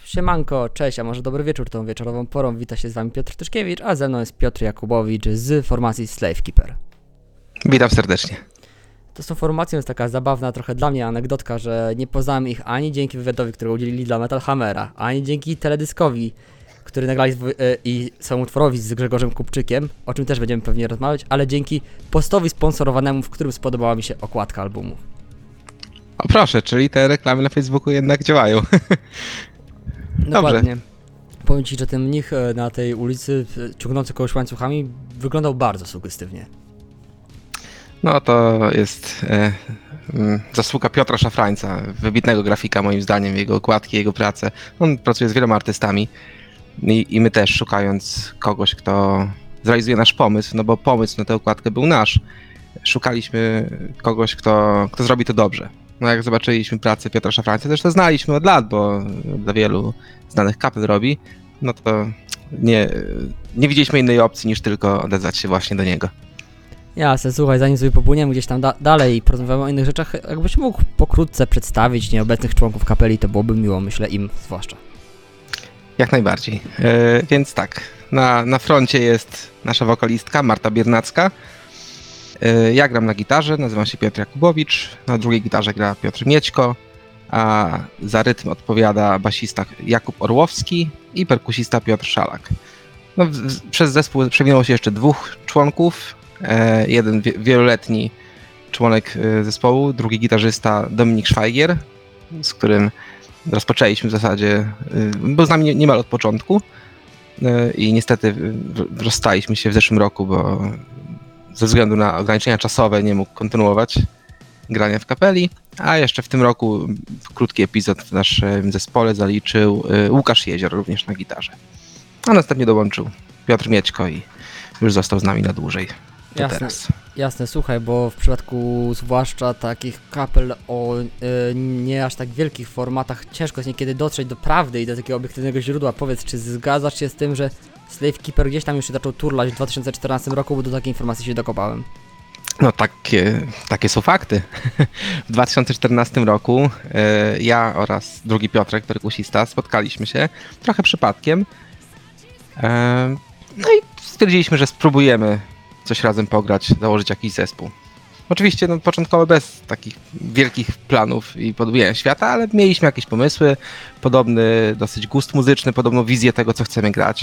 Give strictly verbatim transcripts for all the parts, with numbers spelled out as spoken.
Siemanko, cześć, a może dobry wieczór tą wieczorową porą. Wita się z wami Piotr Tyszkiewicz, a ze mną jest Piotr Jakubowicz z formacji Slavekeeper. Witam serdecznie. To z tą formacją jest taka zabawna trochę dla mnie anegdotka, że nie poznałem ich ani dzięki wywiadowi, który udzielili dla Metal Hammera, ani dzięki teledyskowi, który nagrali z, yy, i samotworowi z Grzegorzem Kupczykiem, o czym też będziemy pewnie rozmawiać, ale dzięki postowi sponsorowanemu, w którym spodobała mi się okładka albumu. O proszę, czyli te reklamy na Facebooku jednak działają. Dokładnie. Powiem ci, że ten mnich na tej ulicy ciągnący kogoś łańcuchami wyglądał bardzo sugestywnie. No to jest e, m, zasługa Piotra Szafrańca, wybitnego grafika moim zdaniem, jego okładki, jego pracę. On pracuje z wieloma artystami i, i my też, szukając kogoś, kto zrealizuje nasz pomysł, no bo pomysł na tę okładkę był nasz, szukaliśmy kogoś, kto, kto zrobi to dobrze. No jak zobaczyliśmy pracę Piotra Szafrańca, też to znaliśmy od lat, bo dla wielu znanych kapel robi, no to nie, nie widzieliśmy innej opcji niż tylko odezwać się właśnie do niego. Jasne, słuchaj, zanim sobie popłyniemy gdzieś tam da- dalej i porozmawiamy o innych rzeczach, jakbyś mógł pokrótce przedstawić nieobecnych członków kapeli, to byłoby miło, myślę, im zwłaszcza. Jak najbardziej. Yy, więc tak, na, na froncie jest nasza wokalistka Marta Biernacka. Yy, ja gram na gitarze, nazywam się Piotr Jakubowicz, na drugiej gitarze gra Piotr Miećko, a za rytm odpowiada basista Jakub Orłowski i perkusista Piotr Szalak. No, w, w, przez zespół przewinęło się jeszcze dwóch członków. E, jeden wie, wieloletni członek e, zespołu, drugi gitarzysta Dominik Szwajgier, z którym rozpoczęliśmy w zasadzie, e, był z nami nie, niemal od początku e, i niestety w, rozstaliśmy się w zeszłym roku, bo ze względu na ograniczenia czasowe nie mógł kontynuować grania w kapeli, a jeszcze w tym roku krótki epizod w naszym zespole zaliczył e, Łukasz Jezior, również na gitarze. A następnie dołączył Piotr Miećko i już został z nami na dłużej. Jasne, teraz. jasne, słuchaj, bo w przypadku zwłaszcza takich kapel o y, nie aż tak wielkich formatach ciężko jest niekiedy dotrzeć do prawdy i do takiego obiektywnego źródła. Powiedz, czy zgadzasz się z tym, że Slavekeeper gdzieś tam już się zaczął turlać w dwa tysiące czternastym roku, bo do takiej informacji się dokopałem. No takie, takie są fakty. W dwa tysiące czternastym roku y, ja oraz drugi Piotrek, perkusista, spotkaliśmy się trochę przypadkiem. Y, no i stwierdziliśmy, że spróbujemy coś razem pograć, założyć jakiś zespół. Oczywiście no, początkowo bez takich wielkich planów i podbijania świata, ale mieliśmy jakieś pomysły, podobny dosyć gust muzyczny, podobną wizję tego, co chcemy grać.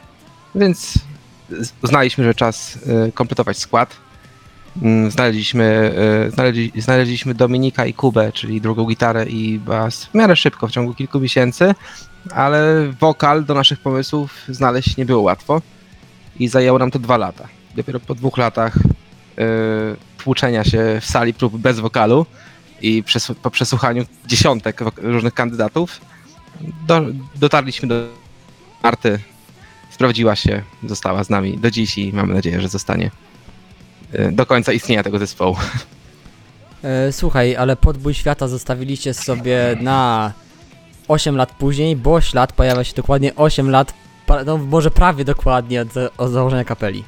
Więc uznaliśmy, że czas y, kompletować skład. Y, znaleźliśmy, y, znaleźli, znaleźliśmy Dominika i Kubę, czyli drugą gitarę i bas w miarę szybko, w ciągu kilku miesięcy, ale wokal do naszych pomysłów znaleźć nie było łatwo i zajęło nam to dwa lata. Dopiero po dwóch latach yy, tłuczenia się w sali prób bez wokalu i przes- po przesłuchaniu dziesiątek wok- różnych kandydatów do, dotarliśmy do Marty, sprawdziła się, została z nami do dziś i mamy nadzieję, że zostanie yy, do końca istnienia tego zespołu. E, słuchaj, ale podbój świata zostawiliście sobie na osiem lat później, bo ślad pojawia się dokładnie osiem lat, no może prawie dokładnie od, od założenia kapeli.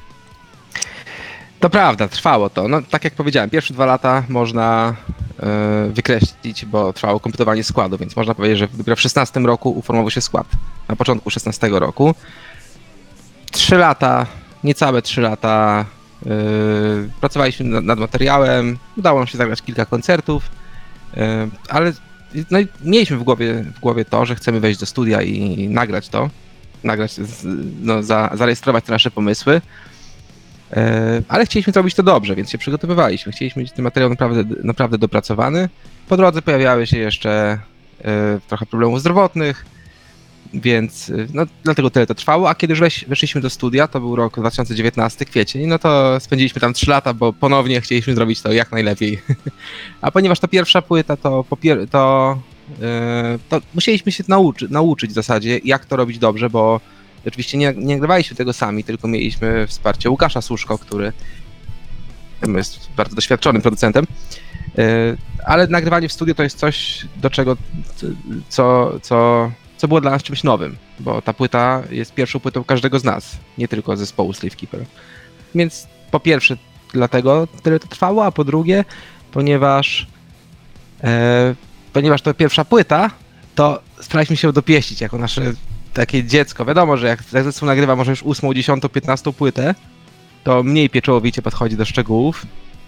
To prawda, trwało to. No, tak jak powiedziałem, pierwsze dwa lata można yy, wykreślić, bo trwało kompletowanie składu, więc można powiedzieć, że dopiero w szesnastym roku uformował się skład. Na początku szesnastego roku. Trzy lata, niecałe trzy lata yy, pracowaliśmy nad, nad materiałem, udało nam się zagrać kilka koncertów, yy, ale no i mieliśmy w głowie, w głowie to, że chcemy wejść do studia i, i nagrać to, nagrać, no, za, zarejestrować te nasze pomysły. Ale chcieliśmy zrobić to dobrze, więc się przygotowywaliśmy. Chcieliśmy mieć ten materiał naprawdę, naprawdę dopracowany. Po drodze pojawiały się jeszcze y, trochę problemów zdrowotnych, więc y, no, dlatego tyle to trwało. A kiedy już weś, weszliśmy do studia, to był rok dwa tysiące dziewiętnasty, kwiecień, no to spędziliśmy tam trzy lata, bo ponownie chcieliśmy zrobić to jak najlepiej. A ponieważ to pierwsza płyta, to, popier- to, y, to musieliśmy się nauczy- nauczyć w zasadzie, jak to robić dobrze, bo oczywiście nie, nie nagrywaliśmy tego sami, tylko mieliśmy wsparcie Łukasza Suszko, który jest bardzo doświadczonym producentem, ale nagrywanie w studiu to jest coś, do czego, co, co, co było dla nas czymś nowym, bo ta płyta jest pierwszą płytą każdego z nas, nie tylko zespołu Slavekeeper. Więc po pierwsze dlatego tyle to trwało, a po drugie, ponieważ, e, ponieważ to pierwsza płyta, to staraliśmy się dopieścić jako nasze takie dziecko. Wiadomo, że jak zespół nagrywa może już ósmą, dziesiątą, piętnastą płytę, to mniej pieczołowicie podchodzi do szczegółów,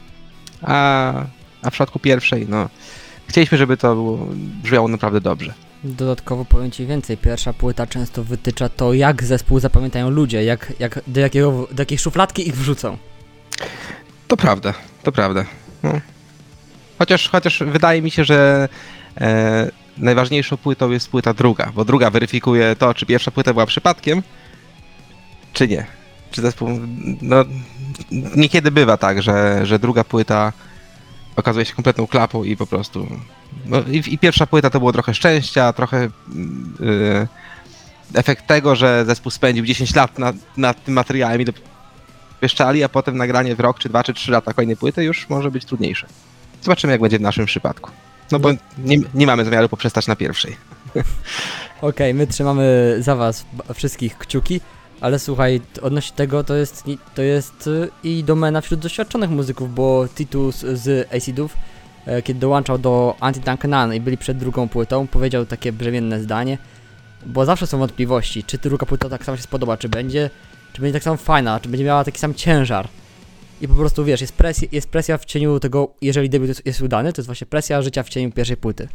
a, a w przypadku pierwszej, no, chcieliśmy, żeby to było, brzmiało naprawdę dobrze. Dodatkowo powiem ci więcej, pierwsza płyta często wytycza to, jak zespół zapamiętają ludzie, jak, jak, do, jakiego, do jakiej szufladki ich wrzucą. To prawda, to prawda. No. Chociaż, chociaż wydaje mi się, że e, najważniejszą płytą jest płyta druga, bo druga weryfikuje to, czy pierwsza płyta była przypadkiem, czy nie. Czy zespół, no niekiedy bywa tak, że, że druga płyta okazuje się kompletną klapą i po prostu... No i, i pierwsza płyta to było trochę szczęścia, trochę yy, efekt tego, że zespół spędził dziesięć lat nad, nad tym materiałem i dopieszczali, a potem nagranie w rok, czy dwa, czy trzy lata kolejnej płyty już może być trudniejsze. Zobaczymy, jak będzie w naszym przypadku. No bo nie, nie mamy zamiaru poprzestać na pierwszej. Okej, okay, my trzymamy za was wszystkich kciuki, ale słuchaj, odnośnie tego to jest, to jest i domena wśród doświadczonych muzyków, bo Titus z Acidów, kiedy dołączał do Anti-Tank Nun i byli przed drugą płytą, powiedział takie brzemienne zdanie, bo zawsze są wątpliwości, czy druga płyta tak samo się spodoba, czy będzie, czy będzie tak samo fajna, czy będzie miała taki sam ciężar. I po prostu wiesz, jest presja, jest presja w cieniu tego, jeżeli debiut jest, jest udany, to jest właśnie presja życia w cieniu pierwszej płyty.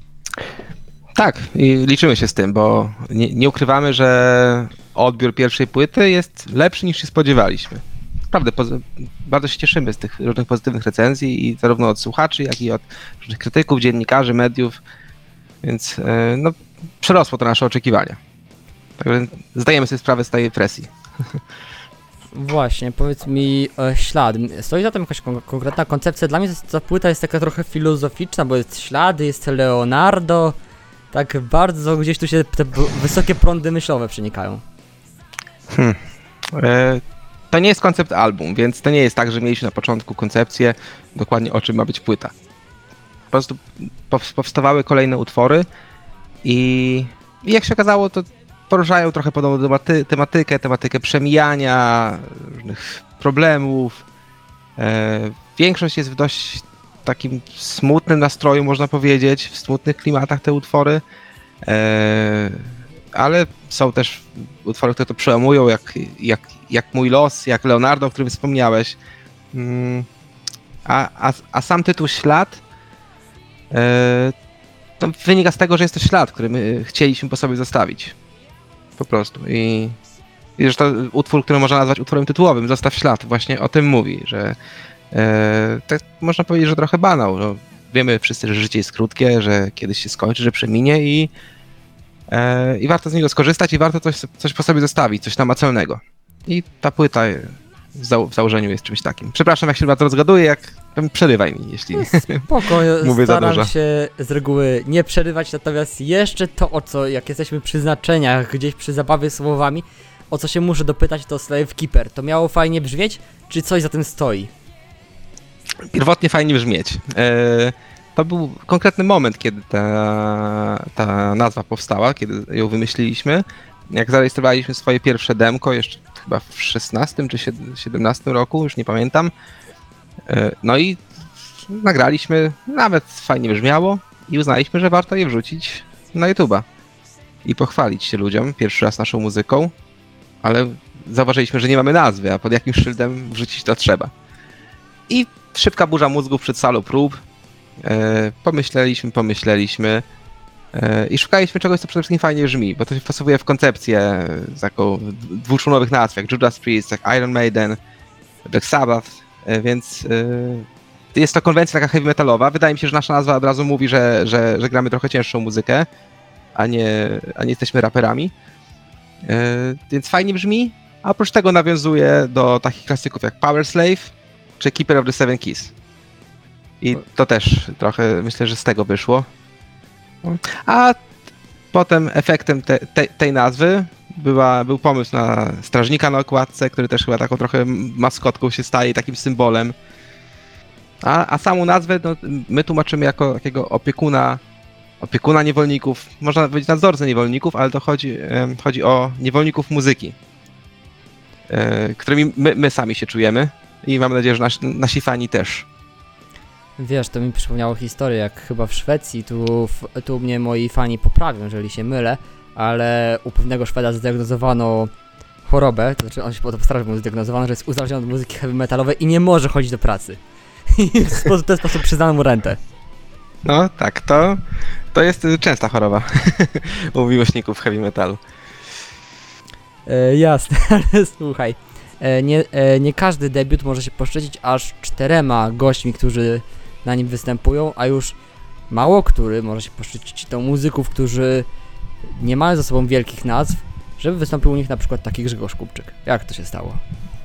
Tak, i liczymy się z tym, bo nie, nie ukrywamy, że odbiór pierwszej płyty jest lepszy niż się spodziewaliśmy. Naprawdę, poz- bardzo się cieszymy z tych różnych pozytywnych recenzji i zarówno od słuchaczy, jak i od różnych krytyków, dziennikarzy, mediów, więc yy, no, przerosło to nasze oczekiwania. Także zdajemy sobie sprawę z tej presji. Właśnie, powiedz mi e, ślad. Stoi za tym jakaś kon- konkretna koncepcja? Dla mnie to, ta płyta jest taka trochę filozoficzna, bo jest ślady, jest Leonardo. Tak bardzo gdzieś tu się te b- wysokie prądy myślowe przenikają. Hmm. E, to nie jest koncept album, więc to nie jest tak, że mieliśmy na początku koncepcję dokładnie o czym ma być płyta. Po prostu pow- powstawały kolejne utwory i, i jak się okazało, to poruszają trochę podobną tematy- tematykę, tematykę przemijania, różnych problemów. E, większość jest w dość takim smutnym nastroju, można powiedzieć, w smutnych klimatach te utwory, e, ale są też utwory, które to przełamują, jak, jak, jak Mój los, jak Leonardo, o którym wspomniałeś. Mm, a, a, a sam tytuł Ślad e, to wynika z tego, że jest to ślad, który my chcieliśmy po sobie zostawić. Po prostu. I, i zresztą utwór, który można nazwać utworem tytułowym, Zostaw ślad, właśnie o tym mówi, że e, tak można powiedzieć, że trochę banał. No, wiemy wszyscy, że życie jest krótkie, że kiedyś się skończy, że przeminie i, e, i warto z niego skorzystać i warto coś, coś po sobie zostawić, coś namacalnego. I ta płyta w, za, w założeniu jest czymś takim. Przepraszam, jak się bardzo rozgaduję, jak przerywaj mi, jeśli Spoko, mówię za staram dużo. się z reguły nie przerywać, natomiast jeszcze to, o co, jak jesteśmy przy znaczeniach, gdzieś przy zabawie słowami, o co się muszę dopytać, to Slave Keeper. To miało fajnie brzmieć, czy coś za tym stoi? Pierwotnie fajnie brzmieć. E, to był konkretny moment, kiedy ta, ta nazwa powstała, kiedy ją wymyśliliśmy. Jak zarejestrowaliśmy swoje pierwsze demko, jeszcze chyba w szesnastym czy siedemnastym roku, już nie pamiętam. E, no i nagraliśmy, nawet fajnie brzmiało i uznaliśmy, że warto je wrzucić na YouTube'a i pochwalić się ludziom pierwszy raz naszą muzyką, ale zauważyliśmy, że nie mamy nazwy, a pod jakim szyldem wrzucić to trzeba. I szybka burza mózgów przed salą prób. E, pomyśleliśmy, pomyśleliśmy e, i szukaliśmy czegoś, co przede wszystkim fajnie brzmi, bo to się wpasowuje w koncepcję z taką dwuczłonowych nazw, jak Judas Priest, jak Iron Maiden, Black Sabbath, e, więc e, jest to konwencja taka heavy metalowa. Wydaje mi się, że nasza nazwa od razu mówi, że, że, że gramy trochę cięższą muzykę, a nie, a nie jesteśmy raperami. E, więc fajnie brzmi, a oprócz tego nawiązuje do takich klasyków jak Power Slave czy Keeper of the Seven Keys. I to też trochę, myślę, że z tego wyszło. A potem efektem te, te, tej nazwy była, był pomysł na strażnika na okładce, który też chyba taką trochę maskotką się staje, takim symbolem. A, a samą nazwę no, my tłumaczymy jako takiego opiekuna, opiekuna niewolników, można powiedzieć nadzorcę niewolników, ale to chodzi, chodzi o niewolników muzyki, którymi my, my sami się czujemy i mam nadzieję, że nasi, nasi fani też. Wiesz, to mi przypomniało historię, jak chyba w Szwecji, tu, w, tu mnie moi fani poprawią, jeżeli się mylę, ale u pewnego Szweda zdiagnozowano chorobę, to znaczy on się postarał, że mu zdiagnozowano, że jest uzależniony od muzyki heavy metalowej i nie może chodzić do pracy. I w sposób, ten sposób przyznano mu rentę. No tak, to, to jest częsta choroba u miłośników heavy metalu. E, jasne, ale słuchaj, e, nie, e, nie każdy debiut może się poszczycić aż czterema gośćmi, którzy na nim występują, a już mało który może się poszczycić tą muzyków, którzy nie mają za sobą wielkich nazw, żeby wystąpił u nich na przykład taki Grzegorz Kupczyk. Jak to się stało?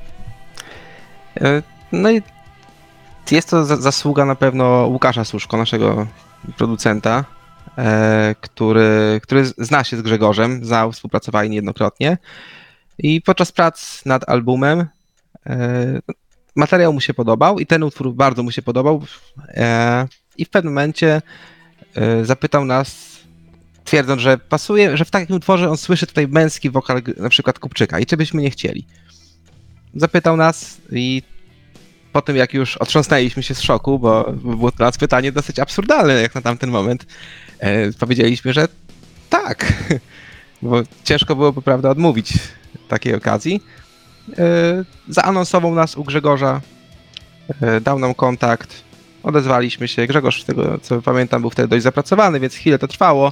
E, No i jest to za- zasługa na pewno Łukasza Suszko, naszego producenta, e, który, który zna się z Grzegorzem, znał, współpracowali niejednokrotnie i podczas prac nad albumem e, materiał mu się podobał i ten utwór bardzo mu się podobał e, i w pewnym momencie e, zapytał nas, twierdząc, że pasuje, że w takim utworze on słyszy tutaj męski wokal g- na przykład Kupczyka i czy byśmy nie chcieli. Zapytał nas i po tym jak już otrząsnęliśmy się z szoku, bo było to dla nas pytanie dosyć absurdalne jak na tamten moment, e, powiedzieliśmy, że tak, bo ciężko było prawda odmówić takiej okazji. E, zaanonsował nas u Grzegorza, e, dał nam kontakt, odezwaliśmy się. Grzegorz, z tego co pamiętam, był wtedy dość zapracowany, więc chwilę to trwało,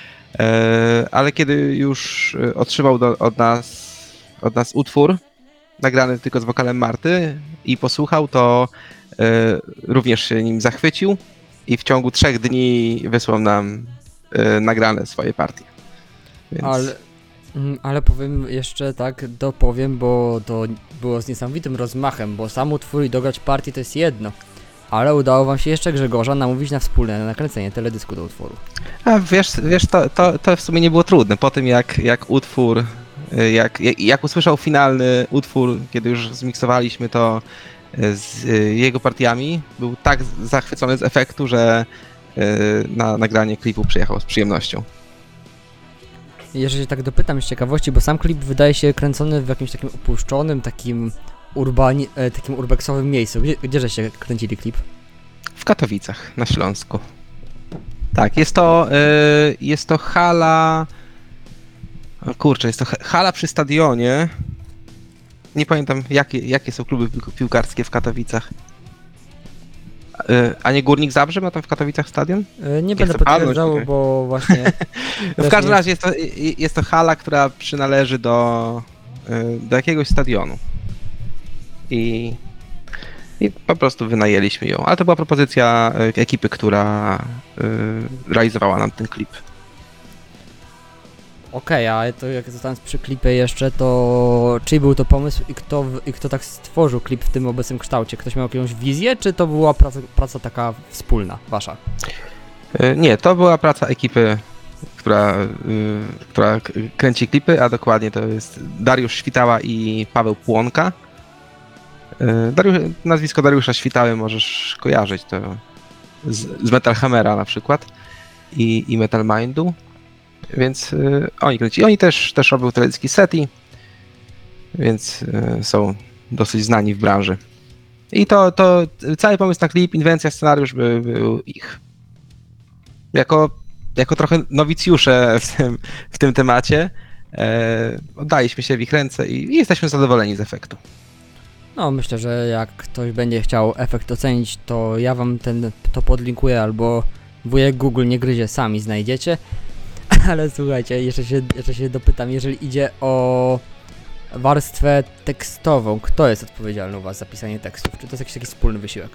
e, ale kiedy już e, otrzymał do, od nas, od nas utwór, nagrany tylko z wokalem Marty i posłuchał, to y, również się nim zachwycił i w ciągu trzech dni wysłał nam y, nagrane swoje partie. Więc... Ale, mm, ale powiem jeszcze tak, dopowiem, bo to było z niesamowitym rozmachem, bo sam utwór i dograć partię to jest jedno, ale udało wam się jeszcze Grzegorza namówić na wspólne nakręcenie teledysku do utworu. A wiesz, wiesz to, to, to w sumie nie było trudne. Po tym jak, jak utwór, y, jak, jak, jak usłyszał finalny utwór, kiedy już zmiksowaliśmy to y, z y, jego partiami, był tak zachwycony z efektu, że y, na nagranie klipu przyjechał z przyjemnością. Jeżeli się tak dopytam z ciekawości, bo sam klip wydaje się kręcony w jakimś takim opuszczonym, takim urbani, e, takim urbeksowym miejscu. Gdzie, gdzieże się kręcili klip? W Katowicach na Śląsku. Tak, jest to, y, jest to hala. O kurczę, jest to ha- hala przy stadionie. Nie pamiętam, jakie, jakie są kluby pił- piłkarskie w Katowicach. Y, a nie Górnik Zabrze ma tam w Katowicach stadion? E, nie będę chcę palnąć potwierdzał, tutaj. bo właśnie... W też każdym nie- razie jest to, y- jest to hala, która przynależy do, y, do jakiegoś stadionu. I, I po prostu wynajęliśmy ją. Ale to była propozycja y, ekipy, która y, realizowała nam ten klip. Okej, ale to jak zostając przy klipie jeszcze, to czyj był to pomysł i kto, w- i kto tak stworzył klip w tym obecnym kształcie? Ktoś miał jakąś wizję, czy to była praca, praca taka wspólna, wasza? Y, Nie, to była praca ekipy, która, y, która k- kręci klipy, a dokładnie to jest Dariusz Świtała i Paweł Płonka. Y, Dariusz, nazwisko Dariusza Świtały możesz kojarzyć, to z, z Metal Hammera na przykład i, i Metal Mindu, więc y, oni kręci. Oni też, też robią teledyski SETI, więc y, są dosyć znani w branży. I to, to cały pomysł na klip, inwencja, scenariusz by, był ich. Jako, jako trochę nowicjusze w tym, w tym temacie e, oddaliśmy się w ich ręce i, i jesteśmy zadowoleni z efektu. No, myślę, że jak ktoś będzie chciał efekt ocenić, to ja wam ten to podlinkuję, albo wujek Google nie gryzie, sami znajdziecie. Ale słuchajcie, jeszcze się, jeszcze się dopytam, jeżeli idzie o warstwę tekstową, kto jest odpowiedzialny u was za pisanie tekstów? Czy to jest jakiś taki wspólny wysiłek?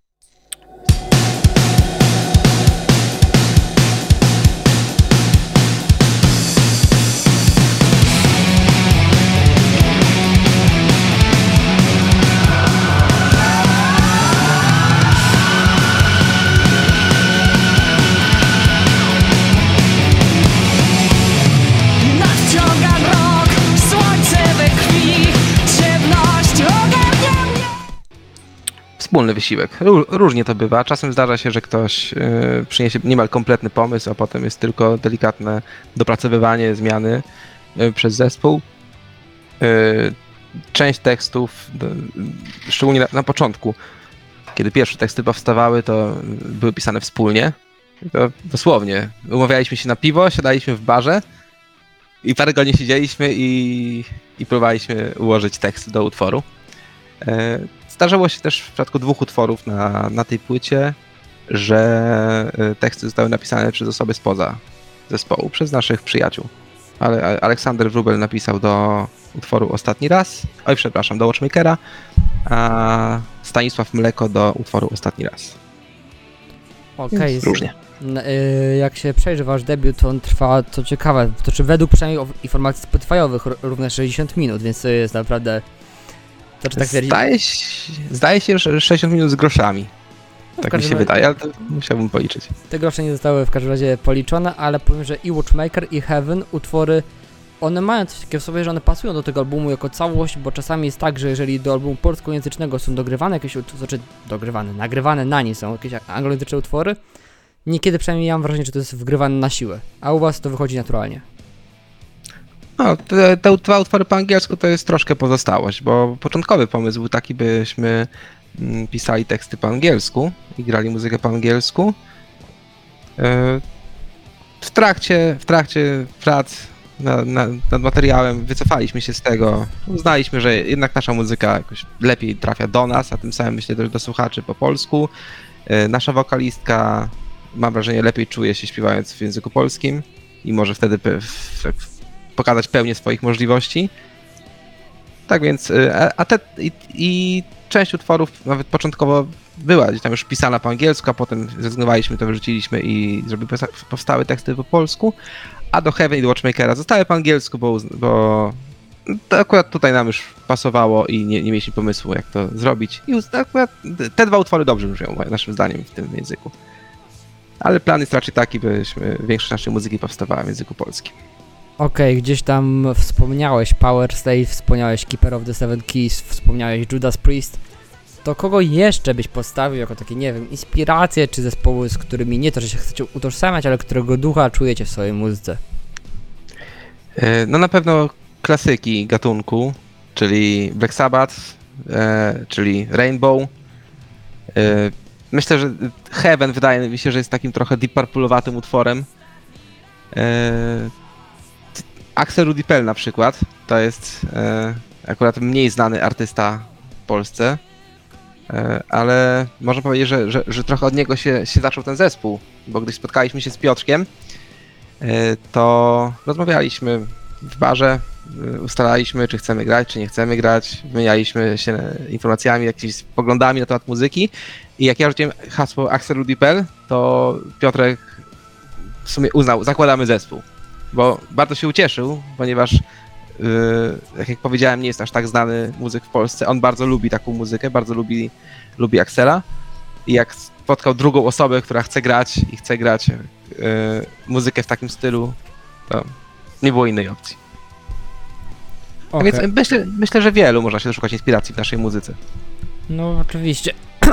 Nadciąga rok, słońce we krwi, ciemność ogarnia mnie. Wspólny wysiłek. Ró- Różnie to bywa. Czasem zdarza się, że ktoś e, przyniesie niemal kompletny pomysł, a potem jest tylko delikatne dopracowywanie, zmiany e, przez zespół. E, Część tekstów, do, szczególnie na, na początku, kiedy pierwsze teksty powstawały, to były pisane wspólnie. I to dosłownie. Umawialiśmy się na piwo, siadaliśmy w barze i parę godzin siedzieliśmy i, i próbowaliśmy ułożyć tekst do utworu. E, Zdarzyło się też w przypadku dwóch utworów na, na tej płycie, że teksty zostały napisane przez osoby spoza zespołu, przez naszych przyjaciół. Ale Aleksander Wróbel napisał do utworu Ostatni raz, oj przepraszam, do Watchmakera, a Stanisław Mleko do utworu Ostatni raz. Okej, z- Różnie. n- y, jak się przejrzy wasz debiut, to on trwa, co ciekawe, to czy według przynajmniej o- informacji Spotify'owych r- równe sześćdziesiąt minut, więc to jest naprawdę... To czy tak twierdzi? Zdaje się, zdaje się, że sześćdziesiąt minut z groszami. No, w Tak mi każdym się razie- wydaje, ale to musiałbym policzyć. Te grosze nie zostały w każdym razie policzone, ale powiem, że i Watchmaker, i Heaven, utwory, one mają coś takiego w sobie, że one pasują do tego albumu jako całość, bo czasami jest tak, że jeżeli do albumu polskojęzycznego są dogrywane jakieś, ut- znaczy dogrywane, nagrywane na nie są jakieś anglojęzyczne utwory, niekiedy przynajmniej ja mam wrażenie, że to jest wgrywane na siłę, a u was to wychodzi naturalnie. No, te, te dwa utwory po angielsku to jest troszkę pozostałość, bo początkowy pomysł był taki, byśmy mm, pisali teksty po angielsku i grali muzykę po angielsku. Yy, W trakcie, w trakcie prac na, na, nad materiałem wycofaliśmy się z tego. Uznaliśmy, że jednak nasza muzyka jakoś lepiej trafia do nas, a tym samym myślę też do słuchaczy po polsku. Yy, Nasza wokalistka, mam wrażenie, lepiej czuje się śpiewając w języku polskim i może wtedy pe- w, w, pokazać pełnię swoich możliwości. Tak więc, y, a, a te, i, i część utworów nawet początkowo była gdzieś tam już pisana po angielsku, a potem zrezygnowaliśmy, to wyrzuciliśmy i żeby powsta- powstały teksty po polsku, a do Heaven i do Watchmakera zostały po angielsku, bo, uzn- bo to akurat tutaj nam już pasowało i nie, nie mieliśmy pomysłu, jak to zrobić. I uz- akurat te dwa utwory dobrze brzmią, naszym zdaniem, w tym języku. Ale plan jest raczej taki, byśmy większość naszej muzyki powstawała w języku polskim. Okej, gdzieś tam wspomniałeś Power Slave, wspomniałeś Keeper of the Seven Keys, wspomniałeś Judas Priest. To kogo jeszcze byś postawił jako takie, nie wiem, inspiracje czy zespoły, z którymi nie to, że się chcecie utożsamiać, ale którego ducha czujecie w swojej muzyce? E, No na pewno klasyki gatunku, czyli Black Sabbath, e, czyli Rainbow. E, myślę, że Heaven wydaje mi się, że jest takim trochę Deep Purple'owatym utworem. E, Axel Rudi Pell na przykład, to jest e, akurat mniej znany artysta w Polsce, e, ale można powiedzieć, że, że, że trochę od niego się, się zaczął ten zespół, bo gdy spotkaliśmy się z Piotrkiem, e, to rozmawialiśmy w barze, e, ustalaliśmy, czy chcemy grać, czy nie chcemy grać, wymienialiśmy się informacjami, jakimiś poglądami na temat muzyki i jak ja rzuciłem hasło Axel Rudi Pell, to Piotrek w sumie uznał, zakładamy zespół. Bo bardzo się ucieszył, ponieważ yy, jak, jak powiedziałem, nie jest aż tak znany muzyk w Polsce. On bardzo lubi taką muzykę, bardzo lubi, lubi Axela. I jak spotkał drugą osobę, która chce grać i chce grać yy, muzykę w takim stylu, to nie było innej opcji. A Okej. więc myślę, myślę, że wielu można się szukać inspiracji w naszej muzyce. No oczywiście.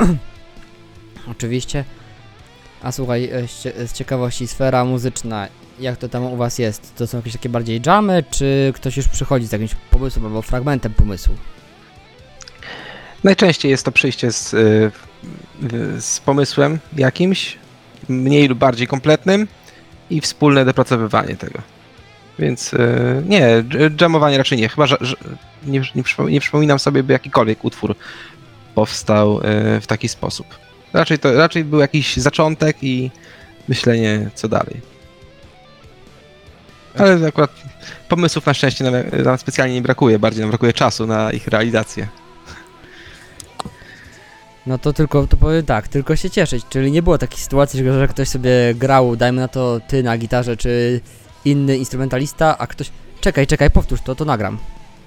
Oczywiście. A słuchaj, e, z cie- z ciekawości, sfera muzyczna, jak to tam u was jest? To są jakieś takie bardziej jamy, czy ktoś już przychodzi z jakimś pomysłem albo fragmentem pomysłu? Najczęściej jest to przyjście z, yy, yy, z pomysłem jakimś, mniej lub bardziej kompletnym i wspólne dopracowywanie tego. Więc yy, nie, dż- jamowanie raczej nie. Chyba, że, że nie, nie, przypo- nie przypominam sobie, by jakikolwiek utwór powstał yy, w taki sposób. Raczej to raczej był jakiś zaczątek i myślenie, co dalej. Ale akurat pomysłów na szczęście nam, nam specjalnie nie brakuje, bardziej nam brakuje czasu na ich realizację. No to tylko, to powiem tak, tylko się cieszyć, czyli nie było takiej sytuacji, że że ktoś sobie grał, dajmy na to ty na gitarze, czy inny instrumentalista, a ktoś, czekaj, czekaj, powtórz to, to nagram.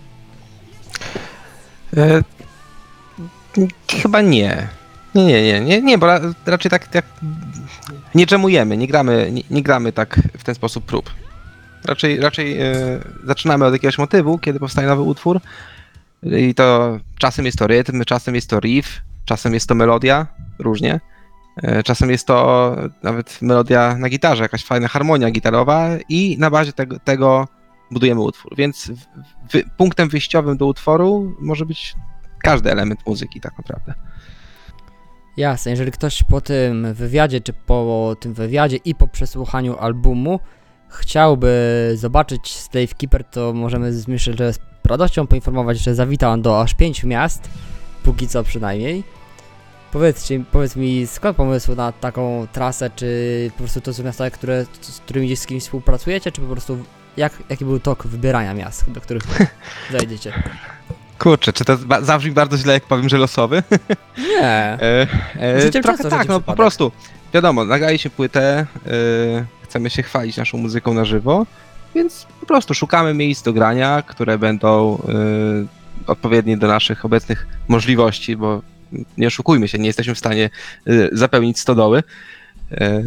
E, chyba nie. Nie, nie, nie, nie, nie, bo ra, raczej tak, tak nie dżemujemy, nie gramy, nie, nie gramy tak w ten sposób prób. Raczej, raczej e, zaczynamy od jakiegoś motywu, kiedy powstaje nowy utwór i to czasem jest to rytm, czasem jest to riff, czasem jest to melodia, różnie. E, czasem jest to nawet melodia na gitarze, jakaś fajna harmonia gitarowa i na bazie tego, tego budujemy utwór, więc w, w, punktem wyjściowym do utworu może być każdy element muzyki tak naprawdę. Jasne, jeżeli ktoś po tym wywiadzie, czy po tym wywiadzie i po przesłuchaniu albumu chciałby zobaczyć Slave Keeper, to możemy z- myślę, że z radością poinformować, że zawita on do aż pięciu miast, póki co przynajmniej. Powiedzcie, powiedz mi, skąd pomysł na taką trasę, czy po prostu to są miasta, które, z którymi gdzieś z kimś współpracujecie, czy po prostu jak, jaki był tok wybierania miast, do których zajdziecie? Kurczę, czy to ba- zabrzmi bardzo źle, jak powiem, że losowy? Nie. E, e, Życiem trochę często tak, życie no po przypadek. prostu. Wiadomo, nagraliśmy płytę, e, chcemy się chwalić naszą muzyką na żywo, więc po prostu szukamy miejsc do grania, które będą e, odpowiednie do naszych obecnych możliwości, bo nie oszukujmy się, nie jesteśmy w stanie e, zapełnić stodoły. E,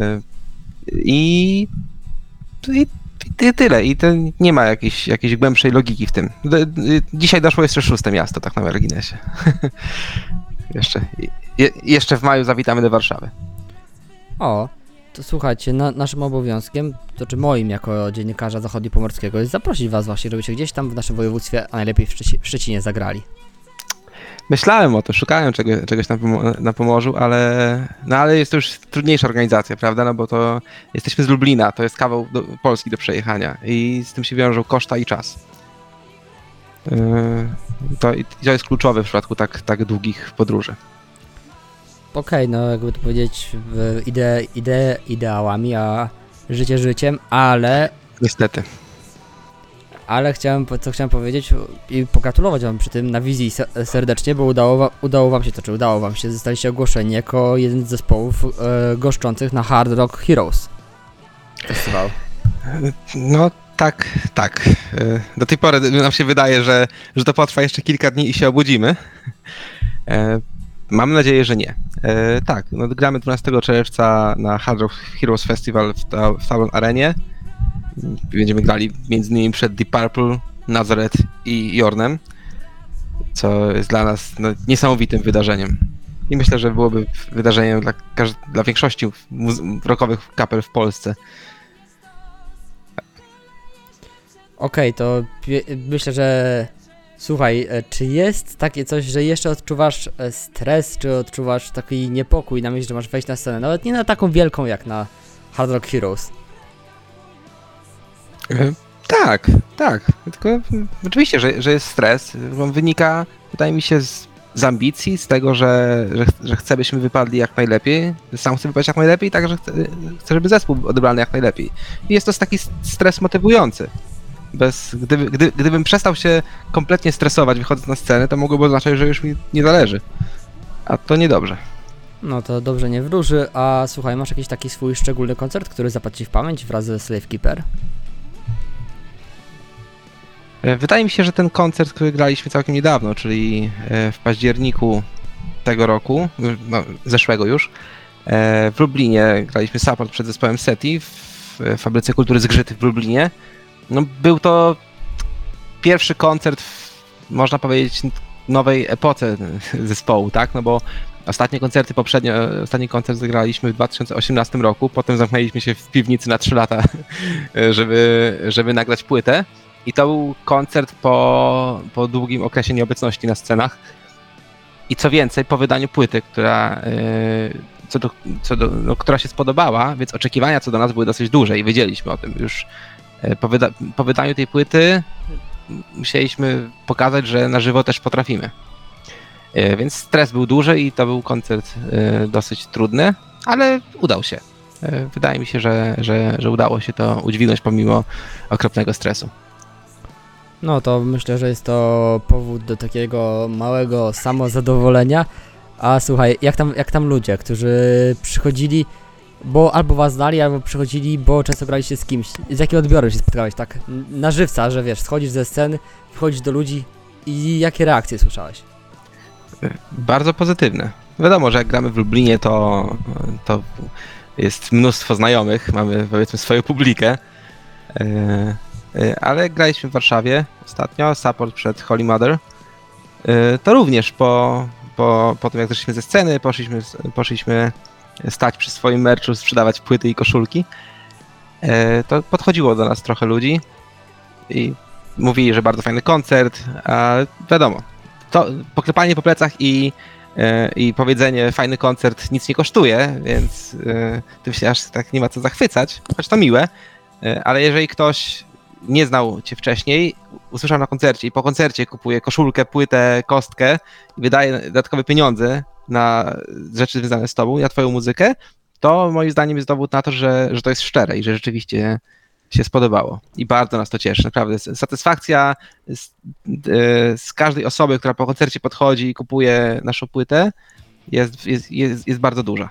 I, i, i tyle. I to nie ma jakiejś, jakiejś głębszej logiki w tym. D- d- Dzisiaj doszło jeszcze szóste miasto, tak na marginesie. jeszcze, je, jeszcze w maju zawitamy do Warszawy. O, to słuchajcie, na, naszym obowiązkiem, to czy moim jako dziennikarza zachodniopomorskiego jest zaprosić was właśnie, żebyście gdzieś tam w naszym województwie, a najlepiej w, Szczeci- w Szczecinie zagrali. Myślałem o to, szukałem czego, czegoś na, pomo- na Pomorzu, ale, no ale jest to już trudniejsza organizacja, prawda? No bo to jesteśmy z Lublina, to jest kawał do, Polski do przejechania i z tym się wiążą koszta i czas. Yy, to, i to jest kluczowe w przypadku tak, tak długich podróży. Okej, no jakby to powiedzieć, w ide, ide, ideałami, a życie życiem, ale, Niestety. ale chciałem, po- co chciałem powiedzieć i pogratulować wam przy tym na wizji se- serdecznie, bo udało, wa- udało wam się to, czy udało wam się, zostaliście ogłoszeni jako jeden z zespołów e, goszczących na Hard Rock Heroes Festival. No tak, tak. Yy, Do tej pory nam się wydaje, że, że to potrwa jeszcze kilka dni i się obudzimy. Yy, Mam nadzieję, że nie. E, tak, no, gramy dwunastego czerwca na Hard Rock Heroes Festival w, ta, w Talon Arenie. Będziemy grali między innymi przed Deep Purple, Nazareth i Jornem, co jest dla nas no, niesamowitym wydarzeniem. I myślę, że byłoby wydarzeniem dla, każ- dla większości muzy- rockowych kapel w Polsce. Okej, to pie- myślę, że słuchaj, e, czy jest takie coś, że jeszcze odczuwasz e, stres, czy odczuwasz taki niepokój na myśl, że masz wejść na scenę, nawet nie na taką wielką jak na Hard Rock Heroes? E, Tak, tak. Tylko mm, oczywiście, że, że jest stres. On wynika, wydaje mi się, z, z ambicji, z tego, że, że, ch- że chcę, byśmy wypadli jak najlepiej. Sam chcę wypaść jak najlepiej, także chcę, chcę, żeby zespół był odebrany jak najlepiej. I jest to taki s- stres motywujący. Bez, gdyby, gdy, gdybym przestał się kompletnie stresować wychodząc na scenę, to mogłoby oznaczać, że już mi nie zależy. A to niedobrze. No to dobrze nie wróży, a słuchaj, masz jakiś taki swój szczególny koncert, który zapadł ci w pamięć wraz ze Slave Keeper? E, Wydaje mi się, że ten koncert, który graliśmy całkiem niedawno, czyli e, w październiku tego roku, y, no, zeszłego już, e, w Lublinie graliśmy support przed zespołem SETI w e, Fabryce Kultury Zgrzyty w Lublinie. No, był to pierwszy koncert w, można powiedzieć, nowej epoce zespołu, tak? No bo ostatnie koncerty poprzednio, ostatni koncert zagraliśmy w dwa tysiące osiemnastym roku, potem zamknęliśmy się w piwnicy na trzy lata, żeby, żeby nagrać płytę. I to był koncert po, po długim okresie nieobecności na scenach. I co więcej, po wydaniu płyty, która, yy, co do, co do, no, która się spodobała, więc oczekiwania co do nas były dosyć duże i wiedzieliśmy o tym już. Yy, po, wyda, po wydaniu tej płyty musieliśmy pokazać, że na żywo też potrafimy. Yy, więc stres był duży i to był koncert yy, dosyć trudny, ale udał się. Yy, wydaje mi się, że, że, że udało się to udźwignąć pomimo okropnego stresu. No to myślę, że jest to powód do takiego małego samozadowolenia. A słuchaj, jak tam, jak tam ludzie, którzy przychodzili, bo albo was znali, albo przychodzili, bo często graliście z kimś. Z jakim odbiorem się spotkałeś tak na żywca, że wiesz, schodzisz ze sceny, wchodzisz do ludzi i jakie reakcje słyszałeś? Bardzo pozytywne. Wiadomo, że jak gramy w Lublinie, to, to jest mnóstwo znajomych, mamy powiedzmy swoją publikę, e, e, ale graliśmy w Warszawie ostatnio, support przed Holy Mother. E, To również po, po, po tym jak zeszliśmy ze sceny, poszliśmy, poszliśmy stać przy swoim merchu, sprzedawać płyty i koszulki. E, To podchodziło do nas trochę ludzi i mówili, że bardzo fajny koncert, a wiadomo, to poklepanie po plecach i e, i powiedzenie fajny koncert nic nie kosztuje, więc e, tym się aż tak nie ma co zachwycać, choć to miłe, e, ale jeżeli ktoś nie znał cię wcześniej, usłyszał na koncercie i po koncercie kupuje koszulkę, płytę, kostkę i wydaje dodatkowe pieniądze na rzeczy związane z tobą, na twoją muzykę, to moim zdaniem jest dowód na to, że, że to jest szczere i że rzeczywiście się spodobało. I bardzo nas to cieszy, naprawdę. Satysfakcja z, z każdej osoby, która po koncercie podchodzi i kupuje naszą płytę, jest, jest, jest, jest bardzo duża.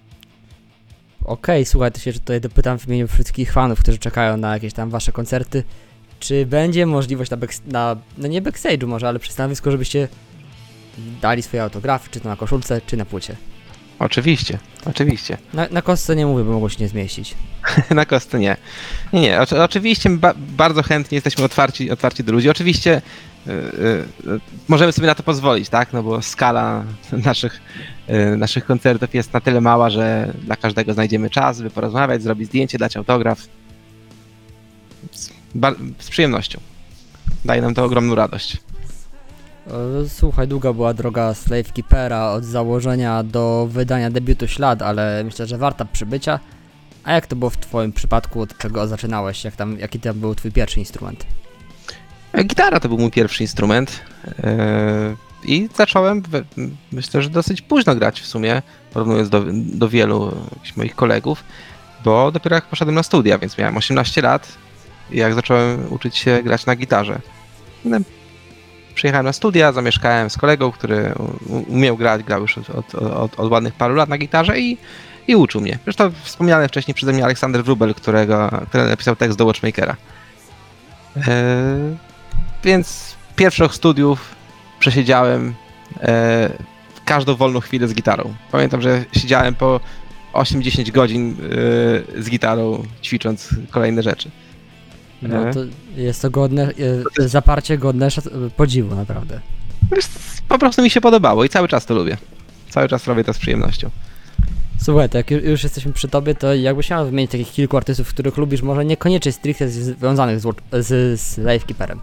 Okej, słuchaj, to się tutaj dopytam w imieniu wszystkich fanów, którzy czekają na jakieś tam wasze koncerty. Czy będzie możliwość na, back, na no nie backstage'u może, ale przy stanowisku, żebyście dali swoje autografy, czy to na koszulce, czy na płycie? Oczywiście, oczywiście. Na, na kostce nie mówię, bo mogło się nie zmieścić. Na kostce nie. Nie, nie, oczy, oczywiście ba, bardzo chętnie jesteśmy otwarci, otwarci do ludzi. Oczywiście y, y, możemy sobie na to pozwolić, tak? No bo skala naszych, y, naszych koncertów jest na tyle mała, że dla każdego znajdziemy czas, by porozmawiać, zrobić zdjęcie, dać autograf. Z, ba, z przyjemnością. Daje nam to ogromną radość. E, Słuchaj, długa była droga Slave Keepera od założenia do wydania debiutu Ślad, ale myślę, że warta przybycia. A jak to było w twoim przypadku, od czego zaczynałeś? Jak tam, jaki tam był twój pierwszy instrument? Gitara to był mój pierwszy instrument yy, i zacząłem, we, myślę, że dosyć późno grać w sumie, porównując do, do wielu jakichś moich kolegów, bo dopiero jak poszedłem na studia, więc miałem osiemnaście lat i jak zacząłem uczyć się grać na gitarze. No, przyjechałem na studia, zamieszkałem z kolegą, który umiał grać, grał już od, od, od, od ładnych paru lat na gitarze i, i uczył mnie. Zresztą wspomniany wcześniej przeze mnie Aleksander Wróbel, którego, który napisał tekst do Watchmakera. Yy, więc pierwszy rok studiów przesiedziałem e, każdą wolną chwilę z gitarą. Pamiętam, że siedziałem po osiem dziesięć godzin e, z gitarą, ćwicząc kolejne rzeczy. No to jest to godne, e, zaparcie godne szac- podziwu, naprawdę. Wiesz, po prostu mi się podobało i cały czas to lubię. Cały czas robię to z przyjemnością. Słuchaj, to jak ju- już jesteśmy przy tobie, to jakbyś miał wymienić takich kilku artystów, których lubisz, może niekoniecznie stricte związanych z, Watch- z, z Slave Keeperem.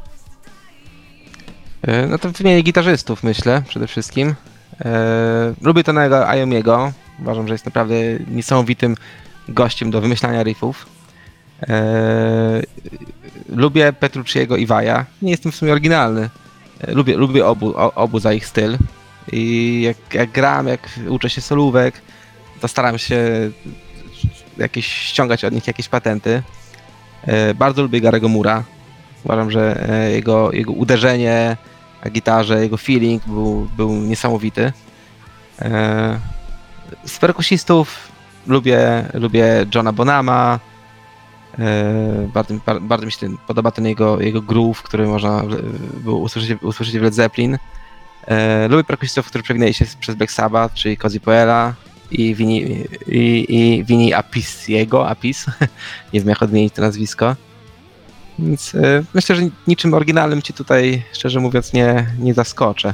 E, no to wymienię gitarzystów, myślę, przede wszystkim. E, lubię Tonego Iommiego. Uważam, że jest naprawdę niesamowitym gościem do wymyślania riffów. E, lubię Petrucciego i Vaja. Nie jestem w sumie oryginalny. E, lubię, lubię obu, o, obu za ich styl. I jak, jak gram, jak uczę się solówek, to staram się jakieś ściągać od nich jakieś patenty. E, bardzo lubię Garego Mura. Uważam, że e, jego, jego uderzenie na gitarze, jego feeling był, był niesamowity. E, z perkusistów lubię, lubię Johna Bonhama. E, bardzo, bar, bardzo mi się ten, podoba ten jego, jego groove, który można w- było usłyszeć, usłyszeć w Led Zeppelin. E, lubię perkusistów, którzy przewinęli się przez Black Sabbath, czyli Cozy Poela i Vini, i, i Vini Apiciego, Apis. Nie wiem, jak odmienić to nazwisko. Więc e, myślę, że niczym oryginalnym ci tutaj, szczerze mówiąc, nie, nie zaskoczę.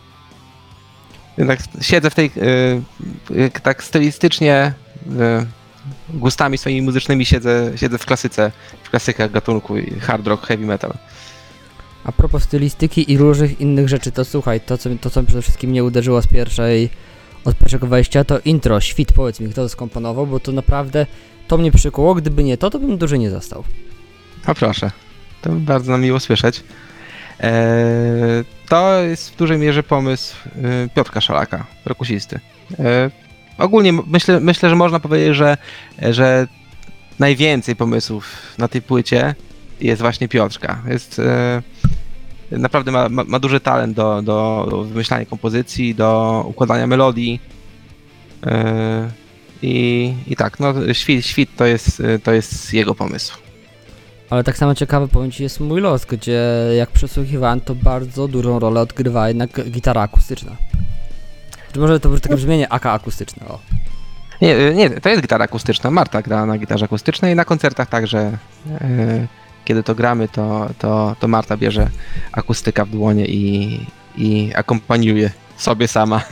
Jednak siedzę w tej, e, tak stylistycznie, e, gustami swoimi muzycznymi siedzę, siedzę w klasyce, w klasykach gatunku hard rock, heavy metal. A propos stylistyki i różnych innych rzeczy, to słuchaj, to co, to co przede wszystkim mnie uderzyło z pierwszej, od pierwszego wejścia, to intro, świt, powiedz mi, kto to skomponował, bo to naprawdę, to mnie przykuło, gdyby nie to, to bym dłużej nie został. O proszę, to bardzo nam miło słyszeć. Eee, to jest w dużej mierze pomysł e, Piotrka Szalaka, perkusisty. E, ogólnie m- myślę, myślę, że można powiedzieć, że, że najwięcej pomysłów na tej płycie jest właśnie Piotrka. Jest, e, naprawdę ma, ma, ma duży talent do, do, do wymyślania kompozycji, do układania melodii. E, i, I tak, no świt, świt to jest, to jest jego pomysł. Ale tak samo ciekawy, powiem ci, jest mój los, gdzie jak przesłuchiwałem, to bardzo dużą rolę odgrywa jednak gitara akustyczna. Czy może to będzie takie brzmienie A K akustyczne, o. Nie, nie, to jest gitara akustyczna. Marta gra na gitarze akustycznej i na koncertach także, e, kiedy to gramy, to, to, to Marta bierze akustyka w dłonie i, i akompaniuje sobie sama.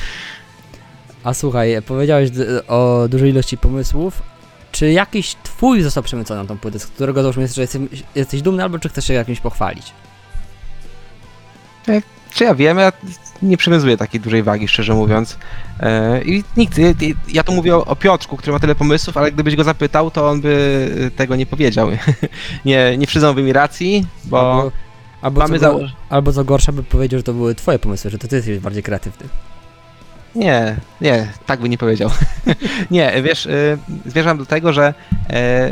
A słuchaj, powiedziałeś d- o dużej ilości pomysłów. Czy jakiś twój został przemycony na tą płytę, z którego załóżmy, że jesteś, jesteś dumny, albo czy chcesz się jakimś pochwalić? Czy ja wiem, ja nie przywiązuję takiej dużej wagi, szczerze mówiąc. E, I nikt, ja tu mówię o, o Piotrku, który ma tyle pomysłów, ale gdybyś go zapytał, to on by tego nie powiedział. nie, nie przyznałby mi racji, bo Albo, albo, mamy co, go- zało- albo co gorsza by powiedział, że to były twoje pomysły, że to ty jesteś bardziej kreatywny. Nie, nie, tak by nie powiedział. nie, wiesz, y, zmierzam do tego, że e,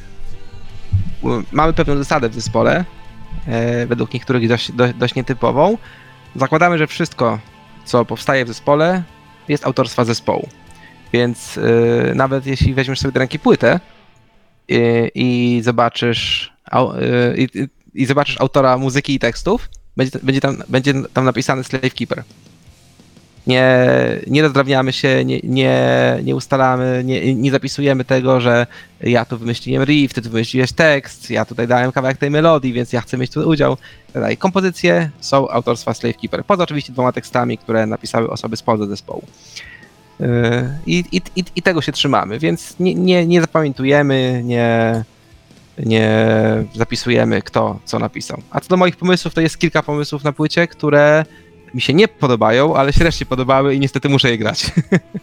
u- mamy pewną zasadę w zespole, e, według niektórych dość, do, dość nietypową. Zakładamy, że wszystko, co powstaje w zespole, jest autorstwa zespołu. Więc y, nawet jeśli weźmiesz sobie do ręki płytę y, i zobaczysz au, y, i- i zobaczysz autora muzyki i tekstów, będzie, będzie, tam, będzie tam napisany Slave Keeper. Nie, nie rozdrabniamy się, nie, nie, nie ustalamy, nie, nie zapisujemy tego, że ja tu wymyśliłem riff, ty tu wymyśliłeś tekst, ja tutaj dałem kawałek tej melodii, więc ja chcę mieć tu udział. Dalej. Kompozycje są autorstwa Slave Keeper, poza oczywiście dwoma tekstami, które napisały osoby spoza zespołu. Yy, I, i, i, I tego się trzymamy, więc nie, nie, nie zapamiętujemy, nie, nie zapisujemy, kto co napisał. A co do moich pomysłów, to jest kilka pomysłów na płycie, które mi się nie podobają, ale się reszcie podobały i niestety muszę je grać.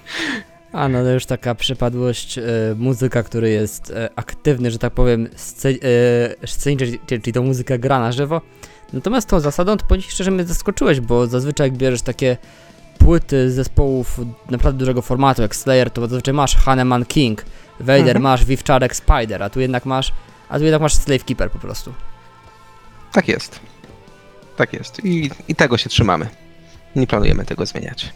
A no to już taka przypadłość e, muzyka, który jest e, aktywny, że tak powiem, sce, e, scenicznie, czyli, czyli to muzyka gra na żywo. Natomiast tą zasadą to powiem ci szczerze mnie zaskoczyłeś, bo zazwyczaj jak bierzesz takie płyty z zespołów naprawdę dużego formatu jak Slayer, to zazwyczaj masz Hanneman King, Vader, Mhm. masz Vivcharek Spider, a tu jednak masz, a tu jednak masz Slave Keeper po prostu. Tak jest. Tak jest. I, i tego się trzymamy. Nie planujemy tego zmieniać.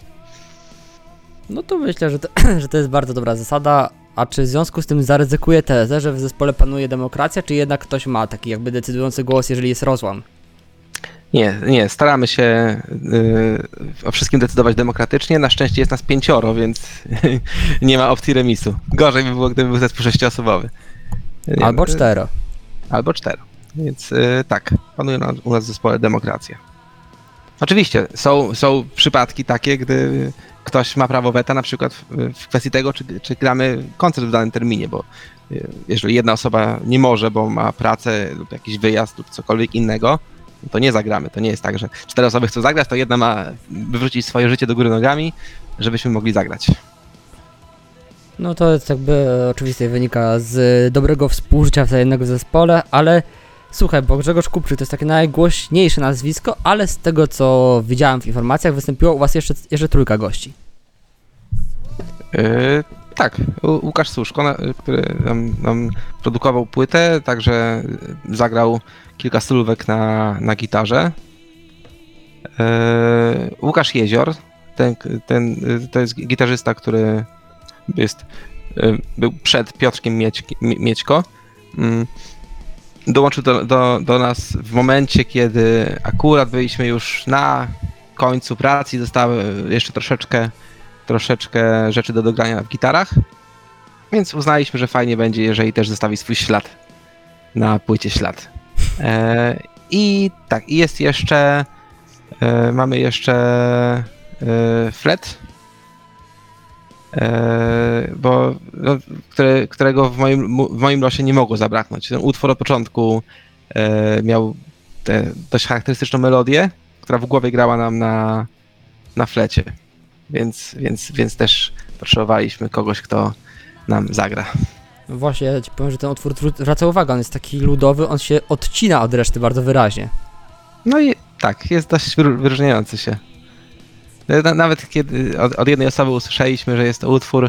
No to myślę, że to, że to jest bardzo dobra zasada. A czy w związku z tym zaryzykuję tezę, że w zespole panuje demokracja, czy jednak ktoś ma taki jakby decydujący głos, jeżeli jest rozłam? Nie, nie, staramy się yy, o wszystkim decydować demokratycznie. Na szczęście jest nas pięcioro, więc nie ma opcji remisu. Gorzej by było, gdyby był zespół sześcioosobowy. Nie, Albo no, cztero. Albo cztero. Więc yy, tak, panuje na, u nas w zespole demokracja. Oczywiście, są, są przypadki takie, gdy ktoś ma prawo weta, na przykład w, w kwestii tego, czy, czy gramy koncert w danym terminie, bo y, jeżeli jedna osoba nie może, bo ma pracę lub jakiś wyjazd lub cokolwiek innego, no to nie zagramy. To nie jest tak, że cztery osoby chcą zagrać, to jedna ma wywrócić swoje życie do góry nogami, żebyśmy mogli zagrać. No to jest jakby oczywiście wynika z dobrego współżycia wzajemnego w zespole, ale słuchaj, bo Grzegorz Kupczyk to jest takie najgłośniejsze nazwisko, ale z tego co widziałem w informacjach wystąpiło u was jeszcze, jeszcze trójka gości. Yy, tak, U- Łukasz Suszko, na, który nam, nam produkował płytę, także zagrał kilka solówek na, na gitarze. Yy, Łukasz Jezior, ten, ten, to jest gitarzysta, który jest, yy, był przed Piotrkiem Mieć, Miećko. Yy, dołączył do, do, do nas w momencie, kiedy akurat byliśmy już na końcu pracy, zostały jeszcze troszeczkę troszeczkę rzeczy do dogrania w gitarach, więc uznaliśmy, że fajnie będzie, jeżeli też zostawi swój ślad na płycie Ślad. E, I tak, i jest jeszcze, e, mamy jeszcze e, Flet, e, bo, no, które, którego w moim, w moim losie nie mogło zabraknąć. Ten utwór od początku e, miał tę dość charakterystyczną melodię, która w głowie grała nam na, na flecie. Więc, więc, więc też potrzebowaliśmy kogoś, kto nam zagra. No właśnie, ja ci powiem, że ten utwór zwraca uwagę, on jest taki ludowy, on się odcina od reszty bardzo wyraźnie. No i tak, jest dość wyr- wyróżniający się. Na, nawet kiedy od, od jednej osoby usłyszeliśmy, że jest to utwór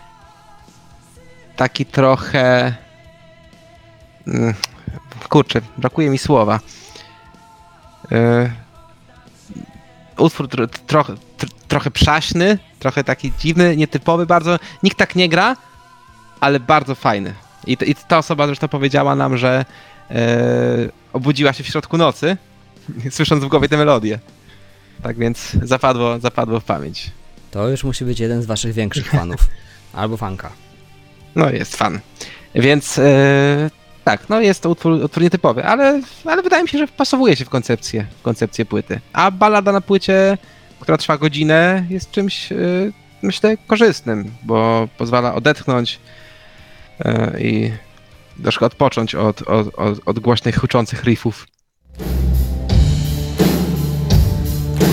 taki trochę... Mm, kurczę, brakuje mi słowa. Yy, utwór tro, trochę, tr, trochę przaśny, trochę taki dziwny, nietypowy bardzo. Nikt tak nie gra, ale bardzo fajny. I, t, i ta osoba zresztą powiedziała nam, że yy, obudziła się w środku nocy, słysząc w głowie tę melodię. Tak więc zapadło, zapadło w pamięć. To już musi być jeden z waszych większych fanów. Albo fanka. No jest fan. Więc yy, tak, no jest to utwór, utwór nietypowy, ale, ale wydaje mi się, że pasowuje się w koncepcję, w koncepcję płyty. A ballada na płycie, która trwa godzinę, jest czymś, yy, myślę, korzystnym, bo pozwala odetchnąć yy, i troszkę odpocząć od, od, od, od głośnych, huczących riffów.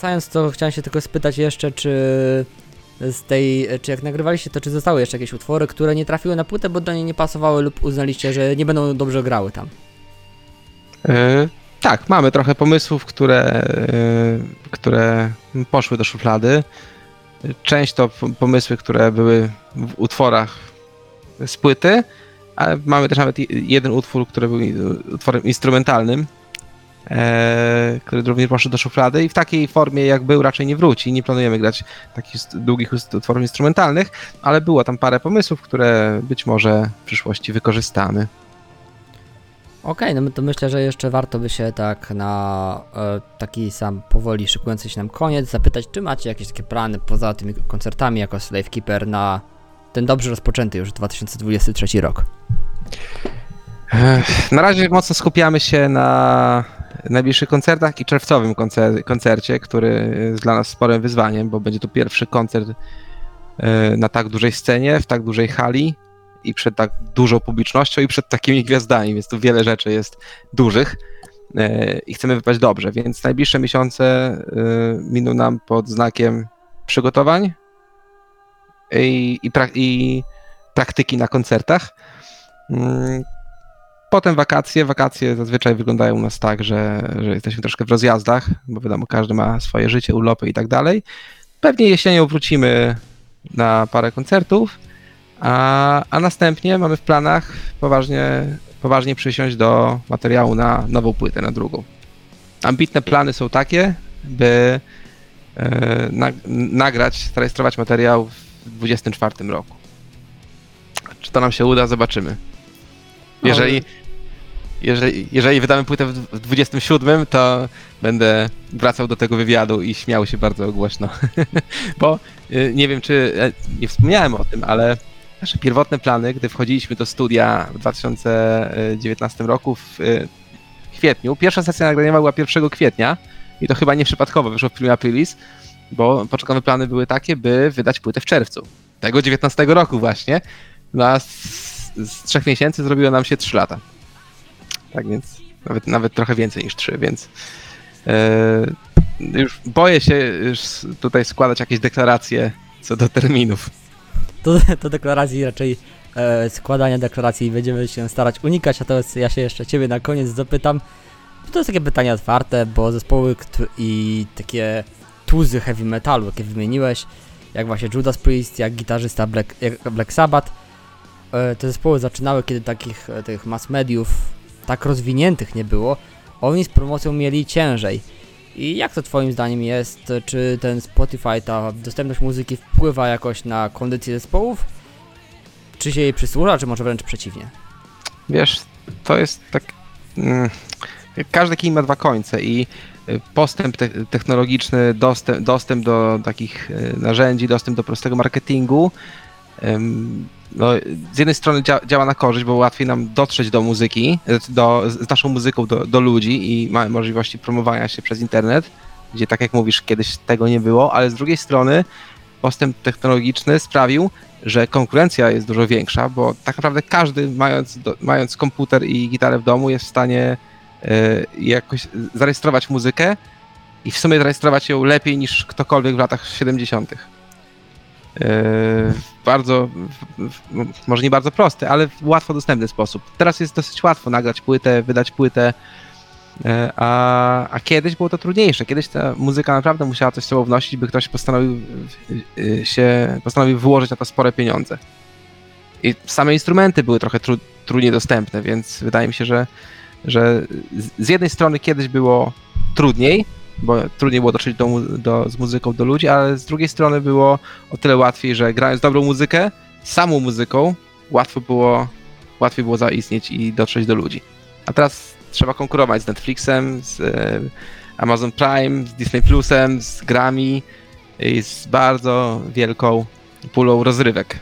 wracając, to chciałem się tylko spytać jeszcze, czy z tej, czy jak nagrywaliście, to czy zostały jeszcze jakieś utwory, które nie trafiły na płytę, bo do niej nie pasowały lub uznaliście, że nie będą dobrze grały tam? E, tak, mamy trochę pomysłów, które, e, które poszły do szuflady. Część to p- pomysły, które były w utworach z płyty, ale mamy też nawet i- jeden utwór, który był i- utworem instrumentalnym, e, który również poszedł do szuflady i w takiej formie jak był raczej nie wróci. Nie planujemy grać takich st- długich ust- utworów instrumentalnych, ale było tam parę pomysłów, które być może w przyszłości wykorzystamy. Okej, no to myślę, że jeszcze warto by się tak na e, taki sam powoli szykujący się nam koniec zapytać, czy macie jakieś takie plany poza tymi koncertami jako Slave Keeper na ten dobrze rozpoczęty już dwa tysiące dwudziesty trzeci rok? Ech, Na razie mocno skupiamy się na najbliższych koncertach i czerwcowym koncer- koncercie, który jest dla nas sporym wyzwaniem, bo będzie to pierwszy koncert e, na tak dużej scenie, w tak dużej hali i przed tak dużą publicznością i przed takimi gwiazdami, więc tu wiele rzeczy jest dużych e, i chcemy wypaść dobrze, więc najbliższe miesiące e, miną nam pod znakiem przygotowań i, i, pra- i praktyki na koncertach. Mm, Potem wakacje. Wakacje zazwyczaj wyglądają u nas tak, że, że jesteśmy troszkę w rozjazdach, bo wiadomo, każdy ma swoje życie, urlopy i tak dalej. Pewnie jesienią wrócimy na parę koncertów, a, a następnie mamy w planach poważnie, poważnie przysiąść do materiału na nową płytę, na drugą. Ambitne plany są takie, by e, nag, nagrać, zarejestrować materiał w dwudziestym czwartym roku. Czy to nam się uda? Zobaczymy. Jeżeli, jeżeli, jeżeli wydamy płytę w w dwudziestym siódmym, to będę wracał do tego wywiadu i śmiał się bardzo głośno. Bo y, nie wiem, czy e, nie wspomniałem o tym, ale nasze pierwotne plany, gdy wchodziliśmy do studia w dwa tysiące dziewiętnastym roku w y, kwietniu, pierwsza sesja nagraniowa była pierwszego kwietnia i to chyba nieprzypadkowo wyszło w Prima Aprilis, bo początkowe plany były takie, by wydać płytę w czerwcu tego dziewiętnastego roku właśnie. No a z, z trzech miesięcy zrobiło nam się trzy lata. Tak więc nawet, nawet trochę więcej niż trzy, więc e, już boję się już tutaj składać jakieś deklaracje co do terminów. To, to deklaracji raczej e, składania deklaracji będziemy się starać unikać, a teraz ja się jeszcze ciebie na koniec zapytam. To jest takie pytanie otwarte, bo zespoły kt- i takie tuzy heavy metalu, jakie wymieniłeś, jak właśnie Judas Priest, jak gitarzysta Black, jak Black Sabbath, e, te zespoły zaczynały, kiedy takich e, tych mass mediów tak rozwiniętych nie było, oni z promocją mieli ciężej. I jak to twoim zdaniem jest? Czy ten Spotify, ta dostępność muzyki wpływa jakoś na kondycję zespołów? Czy się jej przysłuża, czy może wręcz przeciwnie? Wiesz, to jest tak... Mm, każdy kij ma dwa końce i y, postęp te- technologiczny, dostęp, dostęp do takich y, narzędzi, dostęp do prostego marketingu ym, no, z jednej strony dzia- działa na korzyść, bo łatwiej nam dotrzeć do muzyki, y, do, z naszą muzyką do, do ludzi i mamy możliwości promowania się przez internet, gdzie tak jak mówisz, kiedyś tego nie było, ale z drugiej strony postęp technologiczny sprawił, że konkurencja jest dużo większa, bo tak naprawdę każdy mając, do, mając komputer i gitarę w domu jest w stanie y, jakoś zarejestrować muzykę i w sumie zarejestrować ją lepiej niż ktokolwiek w latach siedemdziesiątych. Yy, w bardzo, w, w, może nie bardzo prosty, ale w łatwo dostępny sposób. Teraz jest dosyć łatwo nagrać płytę, wydać płytę, yy, a, a kiedyś było to trudniejsze. Kiedyś ta muzyka naprawdę musiała coś z sobą wnosić, by ktoś postanowił yy, się, postanowił wyłożyć na to spore pieniądze. I same instrumenty były trochę tru, trudniej dostępne, więc wydaje mi się, że, że z, z jednej strony kiedyś było trudniej, bo trudniej było dotrzeć do, mu- do, z muzyką do ludzi, ale z drugiej strony było o tyle łatwiej, że grając dobrą muzykę, samą muzyką, łatwo było, łatwiej było zaistnieć i dotrzeć do ludzi. A teraz trzeba konkurować z Netflixem, z e, Amazon Prime, z Disney Plusem, z grami i z bardzo wielką pulą rozrywek.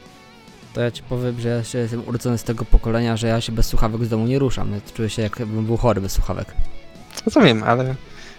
To ja ci powiem, że ja się jestem urodzony z tego pokolenia, że ja się bez słuchawek z domu nie ruszam. Ja czuję się, jakbym był chory bez słuchawek. Rozumiem, ale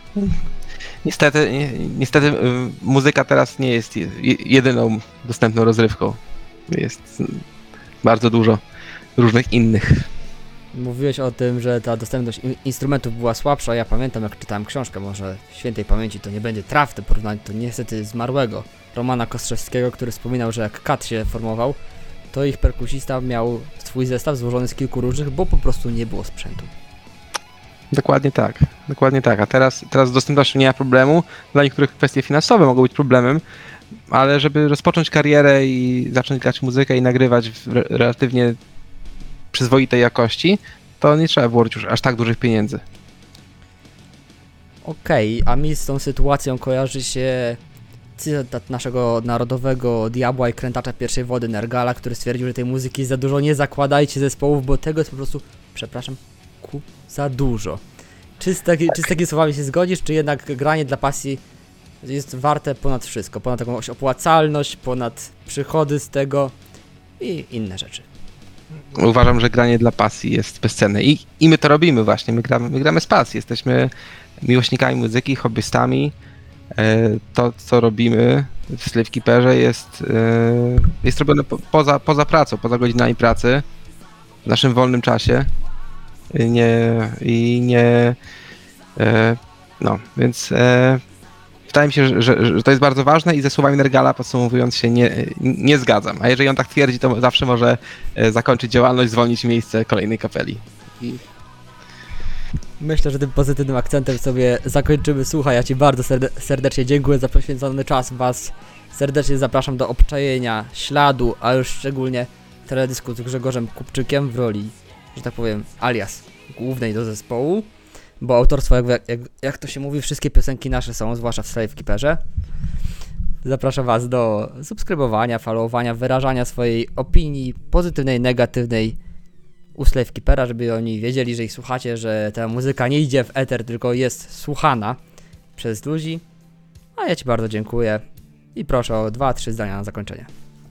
niestety, ni- niestety y, muzyka teraz nie jest je- jedyną dostępną rozrywką. Jest y, bardzo dużo różnych innych. Mówiłeś o tym, że ta dostępność in- instrumentów była słabsza. Ja pamiętam, jak czytałem książkę, może świętej pamięci to nie będzie trafne porównanie, to niestety zmarłego Romana Kostrzewskiego, który wspominał, że jak Kat się formował, to ich perkusista miał swój zestaw złożony z kilku różnych, bo po prostu nie było sprzętu. Dokładnie tak, dokładnie tak. A teraz, teraz z dostępnością nie ma problemu. Dla niektórych kwestie finansowe mogą być problemem, ale żeby rozpocząć karierę i zacząć grać muzykę i nagrywać w re- relatywnie przyzwoitej jakości, to nie trzeba włożyć już aż tak dużych pieniędzy. Okej, a mi z tą sytuacją kojarzy się cytat naszego narodowego diabła i krętacza pierwszej wody Nergala, który stwierdził, że tej muzyki jest za dużo, nie zakładajcie zespołów, bo tego jest po prostu, przepraszam, ku za dużo. Czy z, taki, czy z takimi słowami się zgodzisz, czy jednak granie dla pasji jest warte ponad wszystko, ponad jakąś opłacalność, ponad przychody z tego i inne rzeczy? Uważam, że granie dla pasji jest bezcenne i, i my to robimy właśnie, my gramy, my gramy z pasji, jesteśmy miłośnikami muzyki, hobbystami. E, To, co robimy w Slave Keeperze jest, e, jest robione po, poza, poza pracą, poza godzinami pracy, w naszym wolnym czasie. I nie, i nie e, no, więc e, wydaje mi się, że, że, że to jest bardzo ważne i ze słowami Nergala podsumowując się nie, nie zgadzam. A jeżeli on tak twierdzi, to zawsze może e, zakończyć działalność, zwolnić miejsce kolejnej kapeli. I Myślę, że tym pozytywnym akcentem sobie zakończymy. Słuchaj, ja Ci bardzo serde- serdecznie dziękuję za poświęcony czas. Was serdecznie zapraszam do obczajenia śladu, a już szczególnie teledysku z Grzegorzem Kupczykiem w roli, że tak powiem, alias głównej do zespołu, bo autorstwo, jak, jak, jak to się mówi, wszystkie piosenki nasze są, zwłaszcza w Slave Keeperze. Zapraszam Was do subskrybowania, followowania, wyrażania swojej opinii pozytywnej, negatywnej u Slave Keepera, żeby oni wiedzieli, że ich słuchacie, że ta muzyka nie idzie w eter, tylko jest słuchana przez ludzi. A ja Ci bardzo dziękuję i proszę o dwa, trzy zdania na zakończenie.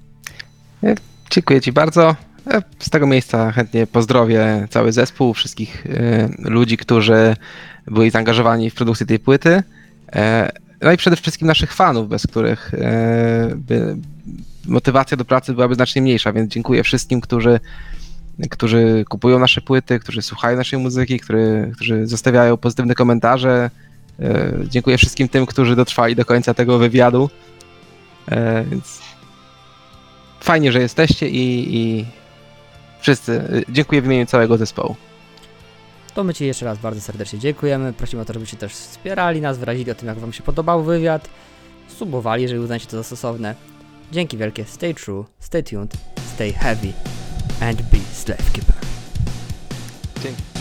dziękuję Ci bardzo. Ja z tego miejsca chętnie pozdrowię cały zespół, wszystkich e, ludzi, którzy byli zaangażowani w produkcję tej płyty. E, no i przede wszystkim naszych fanów, bez których e, by, motywacja do pracy byłaby znacznie mniejsza, więc dziękuję wszystkim, którzy, którzy kupują nasze płyty, którzy słuchają naszej muzyki, którzy, którzy zostawiają pozytywne komentarze. E, dziękuję wszystkim tym, którzy dotrwali do końca tego wywiadu. E, więc fajnie, że jesteście i, i wszyscy. Dziękuję w imieniu całego zespołu. To my Ci jeszcze raz bardzo serdecznie dziękujemy. Prosimy o to, żebyście też wspierali nas, wyrazili o tym, jak Wam się podobał wywiad, subowali, jeżeli uznacie to za stosowne. Dzięki wielkie. Stay true, stay tuned, stay heavy and be Slave Keeper. Dzięki.